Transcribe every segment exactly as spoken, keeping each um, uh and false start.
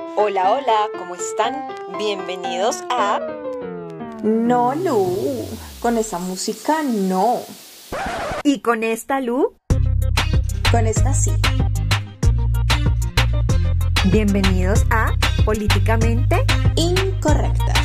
Hola, hola, ¿cómo están? Bienvenidos a... No, Lu, con esa música no. Y con esta Lu, Con esta sí. bienvenidos a Políticamente. Incorrectas.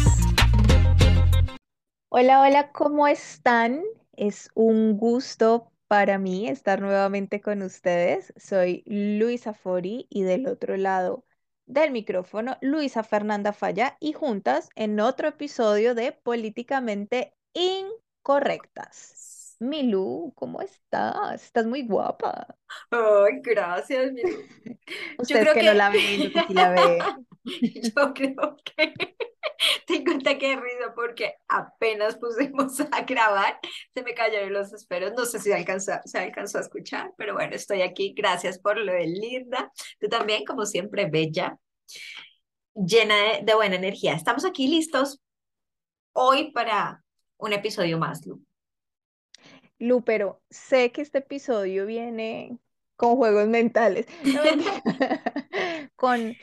Hola, hola, ¿cómo están? Es un gusto para mí estar nuevamente con ustedes. Soy Luisa Fori y del otro lado del micrófono, Luisa Fernanda Falla y juntas en otro episodio de Políticamente Incorrectas. Milu, ¿cómo estás? Estás muy guapa. Ay, gracias, Miru. Yo Ustedes creo que no que, la ven, yo que sí la ve. yo creo que tengo un ataque de risa porque apenas pusimos a grabar, se me cayeron los esferos. No sé si alcanzó, se alcanzó a escuchar, pero bueno, estoy aquí. Gracias por lo de Linda. Tú también, como siempre, bella, llena de, de buena energía. Estamos aquí listos hoy para un episodio más, Lu. Lu, pero sé que este episodio viene con juegos mentales. No, mentira. Con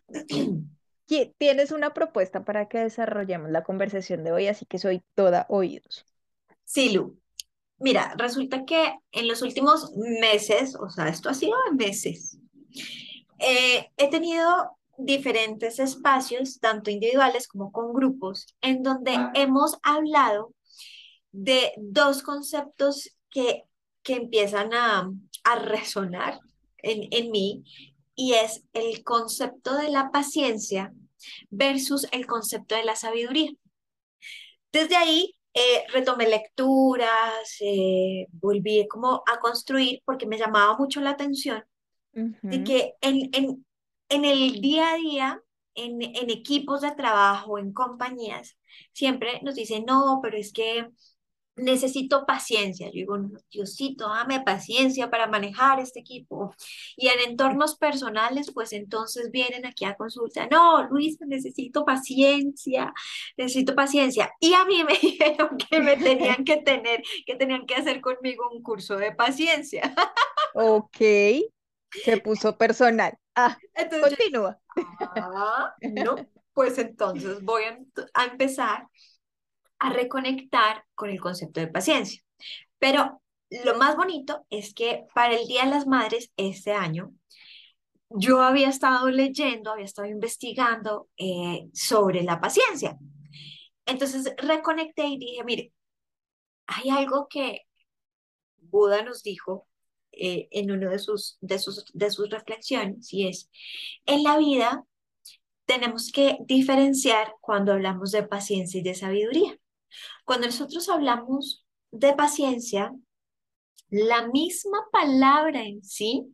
que tienes una propuesta para que desarrollemos la conversación de hoy, así que soy toda oídos. Sí, Lu. Mira, resulta que en los últimos meses, o sea, esto ha sido de meses, eh, he tenido diferentes espacios, tanto individuales como con grupos, en donde hemos hablado de dos conceptos que, que empiezan a, a resonar en, en mí, y es el concepto de la paciencia versus el concepto de la sabiduría. Desde ahí eh, retomé lecturas, eh, volví como a construir porque me llamaba mucho la atención de Ujú. que en, en, en el día a día, en, en equipos de trabajo, en compañías, siempre nos dicen, no, pero es que necesito paciencia. Yo digo, "No, Diosito, dame paciencia para manejar este equipo". Y en entornos personales, pues entonces vienen aquí a consulta, no, Luis, necesito paciencia, necesito paciencia. Y a mí me dijeron que me tenían que tener, que tenían que hacer conmigo un curso de paciencia. Ok, se puso personal. Ah, Entonces yo dije, continúa. ah, no, pues entonces voy a, a empezar a reconectar con el concepto de paciencia. Pero lo más bonito es que para el Día de las Madres este año, yo había estado leyendo, había estado investigando eh, sobre la paciencia. Entonces reconecté y dije, mire, hay algo que Buda nos dijo eh, en uno de sus, de, sus, de sus reflexiones, y es, en la vida tenemos que diferenciar cuando hablamos de paciencia y de sabiduría. Cuando nosotros hablamos de paciencia, la misma palabra en sí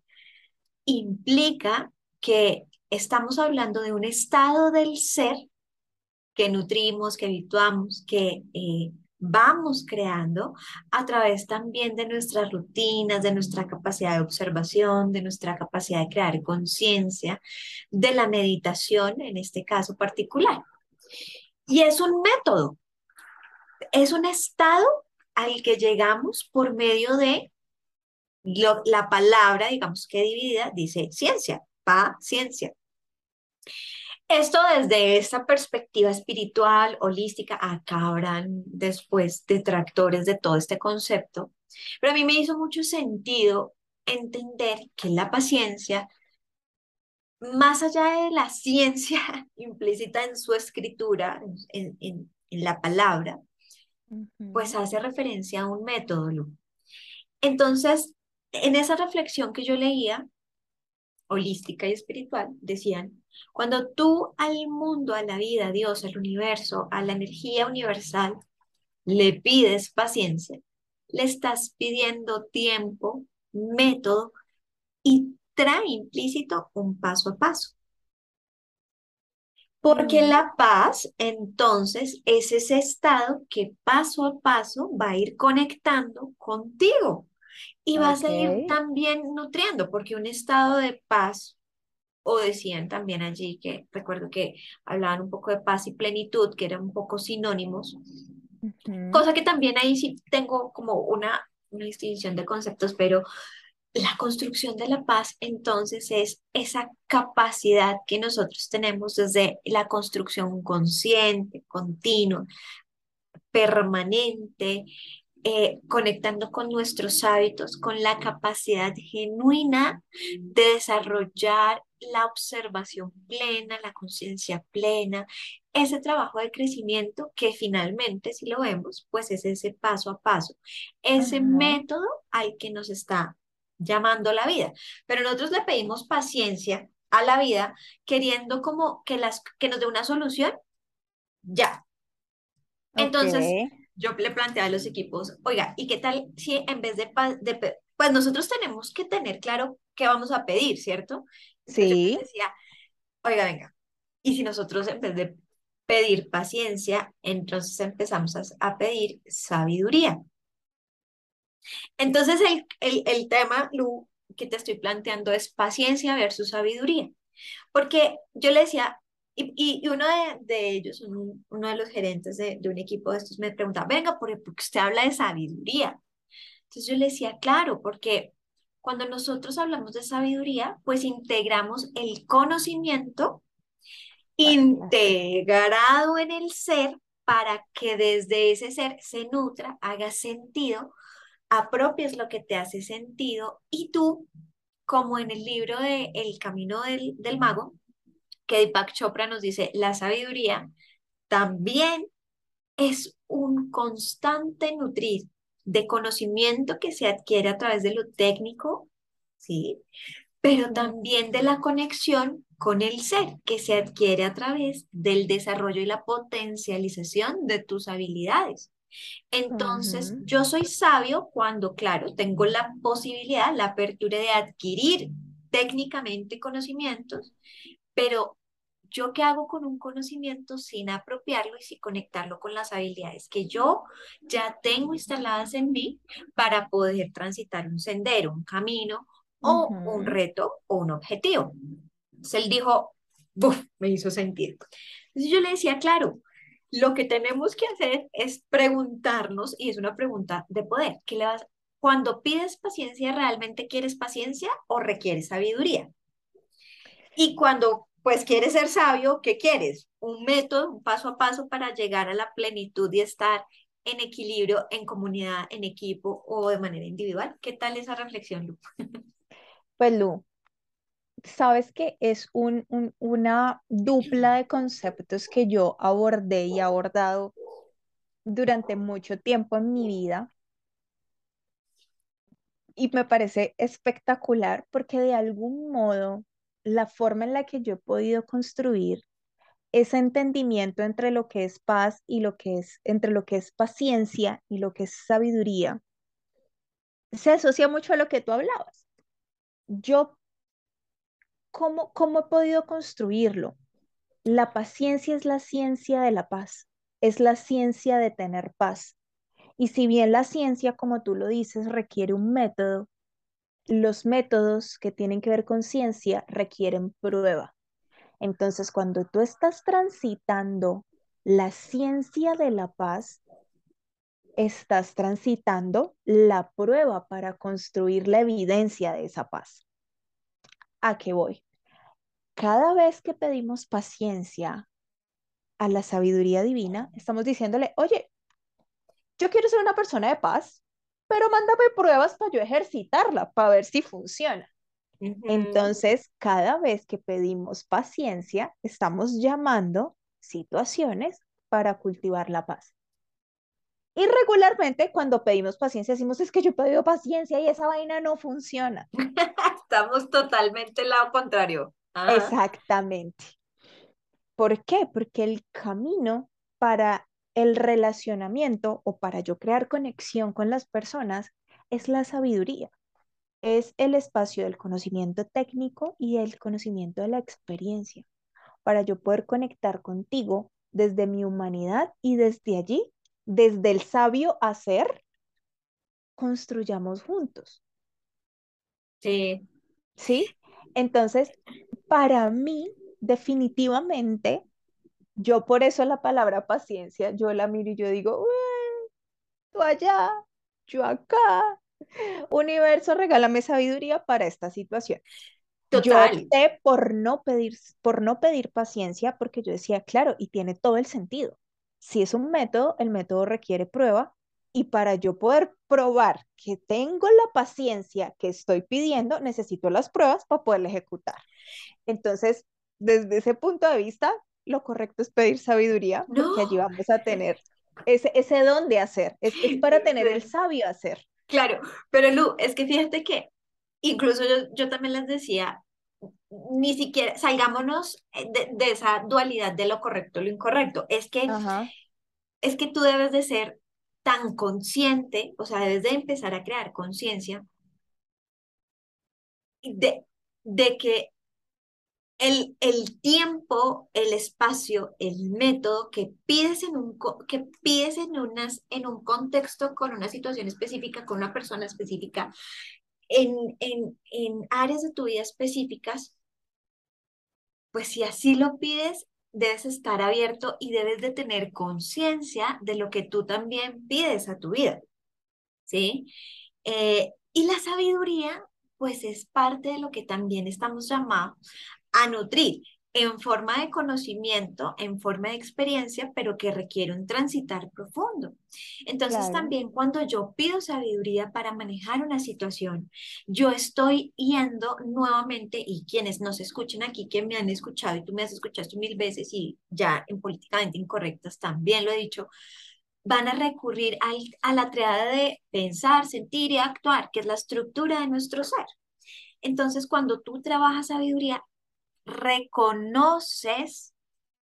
implica que estamos hablando de un estado del ser que nutrimos, que habituamos, que eh, vamos creando a través también de nuestras rutinas, de nuestra capacidad de observación, de nuestra capacidad de crear conciencia, de la meditación en este caso particular. Y es un método, es un estado al que llegamos por medio de lo- la palabra, digamos que dividida, dice ciencia, paciencia. Esto desde esta perspectiva espiritual, holística, acá habrán después detractores de todo este concepto, pero a mí me hizo mucho sentido entender que la paciencia, más allá de la ciencia implícita en su escritura, en, en- en la palabra, pues Ujú. hace referencia a un método, Lu. Entonces, en esa reflexión que yo leía, holística y espiritual, decían, cuando tú al mundo, a la vida, a Dios, al universo, a la energía universal, le pides paciencia, le estás pidiendo tiempo, método y trae implícito un paso a paso. Porque Mm, la paz, entonces, es ese estado que paso a paso va a ir conectando contigo y vas ok. a ir también nutriendo, porque un estado de paz, o decían también allí que recuerdo que hablaban un poco de paz y plenitud, que eran un poco sinónimos, Ujú. cosa que también ahí sí tengo como una, una distinción de conceptos, pero La construcción de la paz, entonces, es esa capacidad que nosotros tenemos desde la construcción consciente, continua, permanente, eh, conectando con nuestros hábitos, con la capacidad genuina de desarrollar la observación plena, la conciencia plena, ese trabajo de crecimiento que finalmente, si lo vemos, pues es ese paso a paso, ese Ajá, método al que nos está llamando la vida. Pero nosotros le pedimos paciencia a la vida, queriendo como que, las, que nos dé una solución ya. ok, Entonces, yo le planteé a los equipos, oiga, ¿y qué tal si en vez de, pa- de pe- pues nosotros tenemos que tener claro qué vamos a pedir, ¿cierto? Entonces yo les sí, decía, oiga, venga, y si nosotros en vez de pedir paciencia, entonces empezamos a, a pedir sabiduría. Entonces el, el, el tema, Lu, que te estoy planteando es paciencia versus sabiduría. Porque yo le decía, y, y, y uno de, de ellos, un- uno de los gerentes de, de un equipo de estos, me preguntaba, venga, ¿por qué usted habla de sabiduría? Entonces yo le decía, claro, porque cuando nosotros hablamos de sabiduría, pues integramos el conocimiento para el hacer. integrado en el ser para que desde ese ser se nutra, haga sentido, apropies lo que te hace sentido y tú, como en el libro de El Camino del, del Mago, que Deepak Chopra nos dice, la sabiduría también es un constante nutrir de conocimiento que se adquiere a través de lo técnico, ¿sí? Pero Ujú, también de la conexión con el ser, que se adquiere a través del desarrollo y la potencialización de tus habilidades. Entonces, ujú, yo soy sabio cuando, claro, tengo la posibilidad, la apertura de adquirir técnicamente conocimientos, pero ¿yo qué hago con un conocimiento sin apropiarlo y sin conectarlo con las habilidades que yo ya tengo instaladas en mí para poder transitar un sendero, un camino o un ujú. reto o un objetivo? Entonces él dijo, ¡buf! Me hizo sentir. Entonces yo le decía, claro, lo que tenemos que hacer es preguntarnos, y es una pregunta de poder, ¿qué le vas? Cuando pides paciencia, ¿realmente quieres paciencia o requieres sabiduría? Y cuando pues quieres ser sabio, ¿qué quieres? Un método, un paso a paso para llegar a la plenitud y estar en equilibrio, en comunidad, en equipo o de manera individual. ¿Qué tal esa reflexión, Lu? Pues Lu, sabes que es un, un- una dupla de conceptos que yo abordé y he abordado durante mucho tiempo en mi vida y me parece espectacular porque de algún modo la forma en la que yo he podido construir ese entendimiento entre lo que es paz y lo que es, entre lo que es paciencia y lo que es sabiduría, se asocia mucho a lo que tú hablabas. Yo, ¿cómo, cómo he podido construirlo? La paciencia es la ciencia de la paz, es la ciencia de tener paz. Y si bien la ciencia, como tú lo dices, requiere un método, los métodos que tienen que ver con ciencia requieren prueba. Entonces, cuando tú estás transitando la ciencia de la paz, estás transitando la prueba para construir la evidencia de esa paz. ¿A qué voy? Cada vez que pedimos paciencia a la sabiduría divina, estamos diciéndole, oye, yo quiero ser una persona de paz, pero mándame pruebas para yo ejercitarla, para ver si funciona. Ujú. Entonces, cada vez que pedimos paciencia, estamos llamando situaciones para cultivar la paz. Y regularmente cuando pedimos paciencia decimos, es que yo he pedido paciencia y esa vaina no funciona. Estamos totalmente al lado contrario. Ajá. Exactamente. ¿Por qué? Porque el camino para el relacionamiento o para yo crear conexión con las personas es la sabiduría, es el espacio del conocimiento técnico y el conocimiento de la experiencia, para yo poder conectar contigo desde mi humanidad y desde allí, desde el sabio hacer, construyamos juntos, Sí. ¿sí? Entonces, para mí, definitivamente, yo por eso la palabra paciencia, yo la miro y yo digo, "Ué, tú allá, yo acá, Universo, regálame sabiduría para esta situación. Yo Total. opté por no pedir, por no pedir paciencia porque yo decía, claro, y tiene todo el sentido. Si es un método, el método requiere prueba y para yo poder probar que tengo la paciencia que estoy pidiendo, necesito las pruebas para poderla ejecutar. Entonces, desde ese punto de vista, lo correcto es pedir sabiduría porque allí No. vamos a tener ese, ese don de hacer. Es, es para tener el sabio hacer. Claro, pero Lu, es que fíjate que incluso yo, yo también les decía, ni siquiera salgámonos eh, de, de esa dualidad de lo correcto y lo incorrecto. Es que, Ajá, es que tú debes de ser tan consciente, o sea, debes de empezar a crear conciencia de, de que el, el tiempo, el espacio, el método que pides en un, co- que pides en unas, en un contexto con una situación específica, con una persona específica, en, en, en áreas de tu vida específicas, pues si así lo pides, debes estar abierto y debes de tener conciencia de lo que tú también pides a tu vida, ¿sí? Eh, y la sabiduría, pues es parte de lo que también estamos llamados a nutrir en forma de conocimiento, en forma de experiencia, pero que requiere un transitar profundo. Entonces claro. también cuando yo pido sabiduría para manejar una situación, yo estoy yendo nuevamente, y quienes nos escuchen aquí, que me han escuchado y tú me has escuchado esto mil veces y ya en políticamente incorrectas también lo he dicho, van a recurrir al, a la triada de pensar, sentir y actuar, que es la estructura de nuestro ser. Entonces, cuando tú trabajas sabiduría, reconoces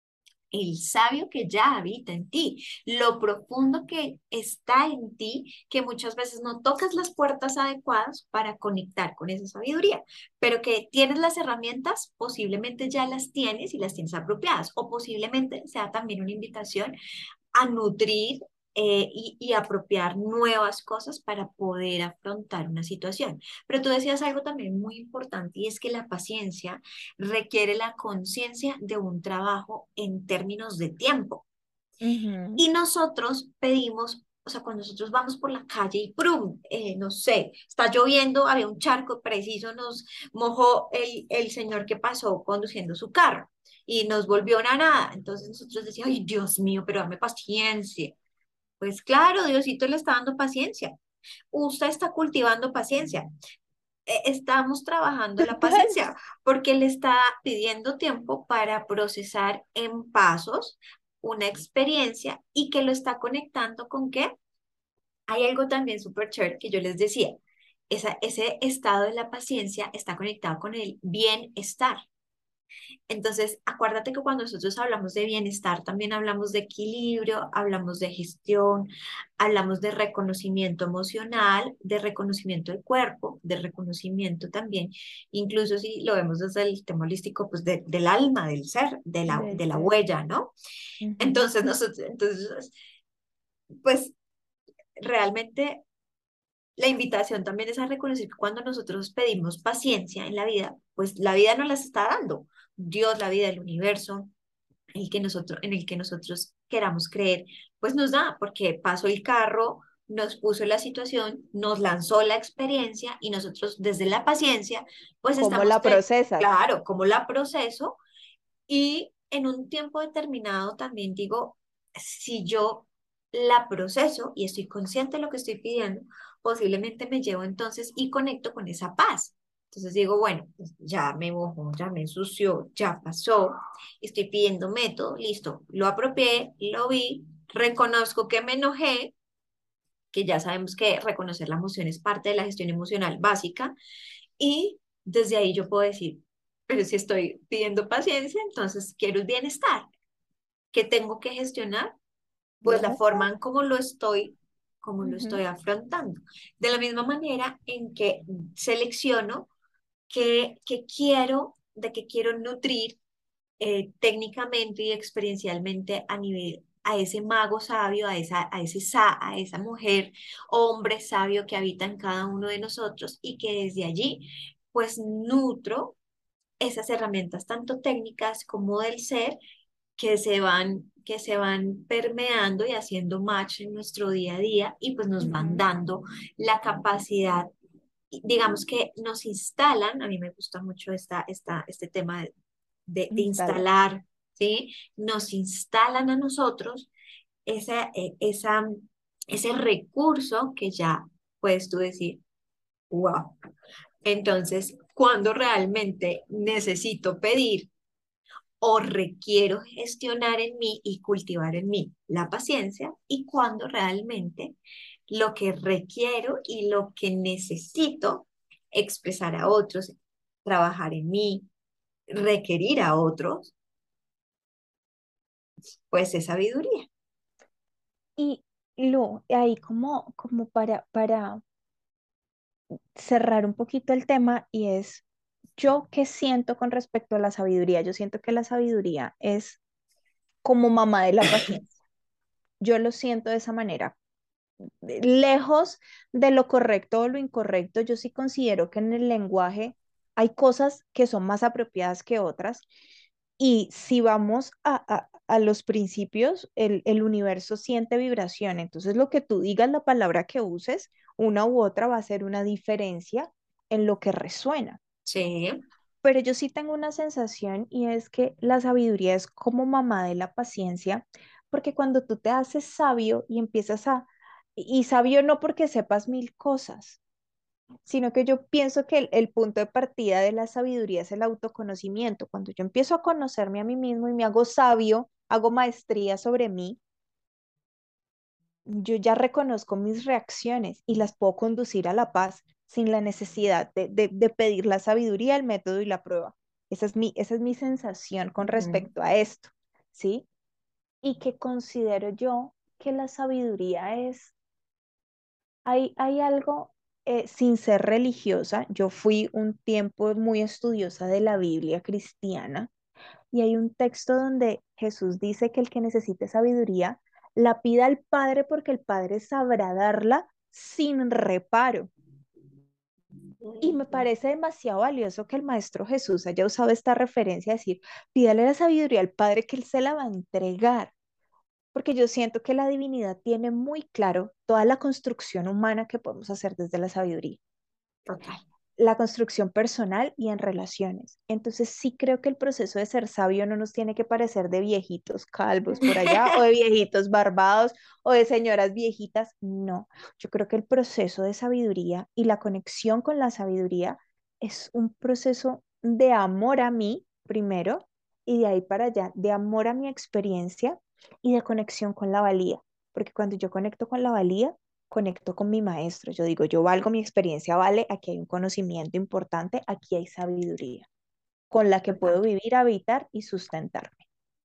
el sabio que ya habita en ti, lo profundo que está en ti, que muchas veces no tocas las puertas adecuadas para conectar con esa sabiduría, pero que tienes las herramientas, posiblemente ya las tienes y las tienes apropiadas, o posiblemente sea también una invitación a nutrir eh, y, y apropiar nuevas cosas para poder afrontar una situación. Pero tú decías algo también muy importante y es que la paciencia requiere la conciencia de un trabajo en términos de tiempo. Ujú. Y nosotros pedimos, o sea, cuando nosotros vamos por la calle y ¡prum! Eh, no sé, está lloviendo, había un charco preciso, nos mojó el, el señor que pasó conduciendo su carro y nos volvió una nada. Entonces nosotros decíamos, ay, Dios mío, pero dame paciencia. Pues claro, Diosito le está dando paciencia. Usted está cultivando paciencia. Eh, Estamos trabajando la Total. paciencia porque le está pidiendo tiempo para procesar en pasos una experiencia y que lo está conectando con qué. Hay algo también súper chévere que yo les decía. Esa, ese estado de la paciencia está conectado con el bienestar. Entonces, acuérdate que cuando nosotros hablamos de bienestar, también hablamos de equilibrio, hablamos de gestión, hablamos de reconocimiento emocional, de reconocimiento del cuerpo, de reconocimiento también, incluso si lo vemos desde el tema holístico, pues de- del alma, del ser, de la, Del de la ser. huella, ¿no? Ujú. Entonces, nosotros, entonces, pues realmente la invitación también es a reconocer que cuando nosotros pedimos paciencia en la vida, pues la vida nos las está dando. Dios, la vida, el universo, el que nosotros, en el que nosotros queramos creer, pues nos da, porque pasó el carro, nos puso la situación, nos lanzó la experiencia y nosotros desde la paciencia, pues ¿Cómo estamos, la te- procesas? claro, como la proceso y en un tiempo determinado también digo, si yo la proceso y estoy consciente de lo que estoy pidiendo, posiblemente me llevo entonces y conecto con esa paz. Entonces digo, bueno, pues ya me mojó, ya me ensució, ya pasó, estoy pidiendo método, listo, lo apropié, lo vi, reconozco que me enojé, que ya sabemos que reconocer la emoción es parte de la gestión emocional básica, y desde ahí yo puedo decir, pero si estoy pidiendo paciencia, entonces quiero el bienestar. ¿Qué tengo que gestionar? Pues la Bienestar. forma en cómo lo estoy, cómo lo Ujú. estoy afrontando. De la misma manera en que selecciono qué, qué quiero, de qué quiero nutrir eh, técnicamente y experiencialmente a nivel a ese mago sabio, a esa, a ese sa, a esa mujer, hombre sabio que habita en cada uno de nosotros y que desde allí pues nutro esas herramientas tanto técnicas como del ser que se van, que se van permeando y haciendo match en nuestro día a día y pues nos van Ujú. dando la capacidad, y digamos que nos instalan, a mí me gusta mucho esta, esta, este tema de, de, de Instala. instalar, ¿sí? Nos instalan a nosotros esa, eh, esa, ese recurso que ya puedes tú decir, wow. Entonces, cuando realmente necesito pedir o requiero gestionar en mí y cultivar en mí la paciencia y cuando realmente lo que requiero y lo que necesito expresar a otros, trabajar en mí, requerir a otros, pues es sabiduría. Y lo, ahí como, como para, para cerrar un poquito el tema y es, yo qué siento con respecto a la sabiduría. Yo siento que la sabiduría es como mamá de la paciencia. Yo lo siento de esa manera. Lejos de lo correcto o lo incorrecto, yo sí considero que en el lenguaje hay cosas que son más apropiadas que otras. Y si vamos a, a- a los principios, el, el universo siente vibración. Entonces, lo que tú digas, la palabra que uses, una u otra va a ser una diferencia en lo que resuena. Sí, Pero yo sí tengo una sensación y es que la sabiduría es como mamá de la paciencia, porque cuando tú te haces sabio y empiezas a, y sabio no porque sepas mil cosas, sino que yo pienso que el, el punto de partida de la sabiduría es el autoconocimiento. Cuando yo empiezo a conocerme a mí mismo y me hago sabio, hago maestría sobre mí, yo ya reconozco mis reacciones y las puedo conducir a la paz sin la necesidad de, de- de pedir la sabiduría, el método y la prueba. Esa es mi, esa es mi sensación con ujú, respecto a esto, ¿sí? Y que considero yo que la sabiduría es, hay, hay algo, eh, sin ser religiosa, yo fui un tiempo muy estudiosa de la Biblia cristiana y hay un texto donde Jesús dice que el que necesite sabiduría la pida al Padre porque el Padre sabrá darla sin reparo. Y me ujú. parece demasiado valioso que el Maestro Jesús haya usado esta referencia, decir, pídale la sabiduría al Padre que Él se la va a entregar, porque yo siento que la divinidad tiene muy claro toda la construcción humana que podemos hacer desde la sabiduría, Total. la construcción personal y en relaciones. Entonces sí creo que el proceso de ser sabio no nos tiene que parecer de viejitos calvos por allá o de viejitos barbados o de señoras viejitas. No, yo creo que el proceso de sabiduría y la conexión con la sabiduría es un proceso de amor a mí primero y de ahí para allá, de amor a mi experiencia y de conexión con la valía. Porque cuando yo conecto con la valía, conecto con mi maestro. Yo digo, yo valgo, mi experiencia vale, aquí hay un conocimiento importante, aquí hay sabiduría con la que Total. puedo vivir, habitar y sustentarme.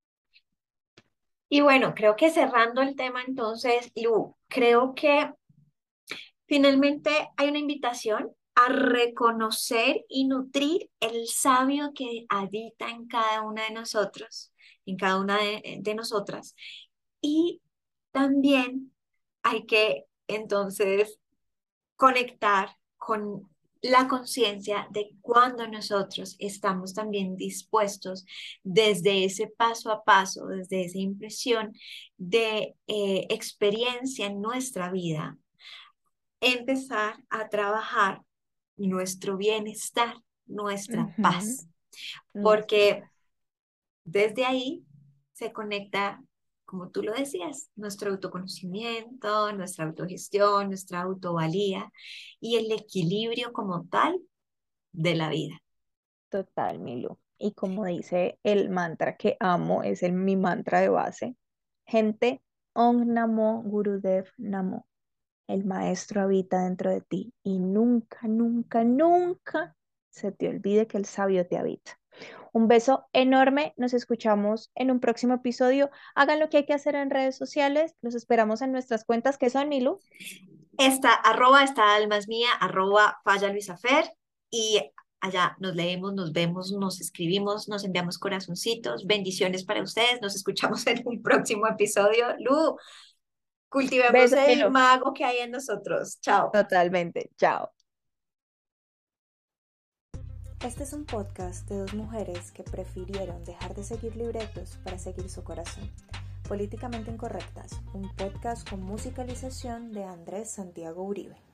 Y bueno, creo que cerrando el tema entonces, Lu, creo que finalmente hay una invitación a reconocer y nutrir el sabio que habita en cada una de nosotros, en cada una de, de nosotras. Y también hay que entonces conectar con la conciencia de cuando nosotros estamos también dispuestos desde ese paso a paso, desde esa impresión de eh, experiencia en nuestra vida, empezar a trabajar nuestro bienestar, nuestra Ujú. paz, Nuestra porque paz. desde ahí se conecta, como tú lo decías, nuestro autoconocimiento, nuestra autogestión, nuestra autovalía y el equilibrio como tal de la vida. Total, Milu. Y como dice el mantra que amo, es el, mi mantra de base. Gente, Om Namo Gurudev Namo. El maestro habita dentro de ti y nunca, nunca, nunca se te olvide que el sabio te habita. Un beso enorme, nos escuchamos en un próximo episodio. Hagan lo que hay que hacer en redes sociales, los esperamos en nuestras cuentas que son Milu. Esta arroba, esta alma es mía, arroba falla Luisafer, y allá nos leemos, nos vemos, nos escribimos, nos enviamos corazoncitos, bendiciones para ustedes, nos escuchamos en un próximo episodio. Lu, cultivemos Beso, el Milu. mago que hay en nosotros. Chao. Totalmente. Chao. Este es un podcast de dos mujeres que prefirieron dejar de seguir libretos para seguir su corazón. Políticamente Incorrectas, un podcast con musicalización de Andrés Santiago Uribe.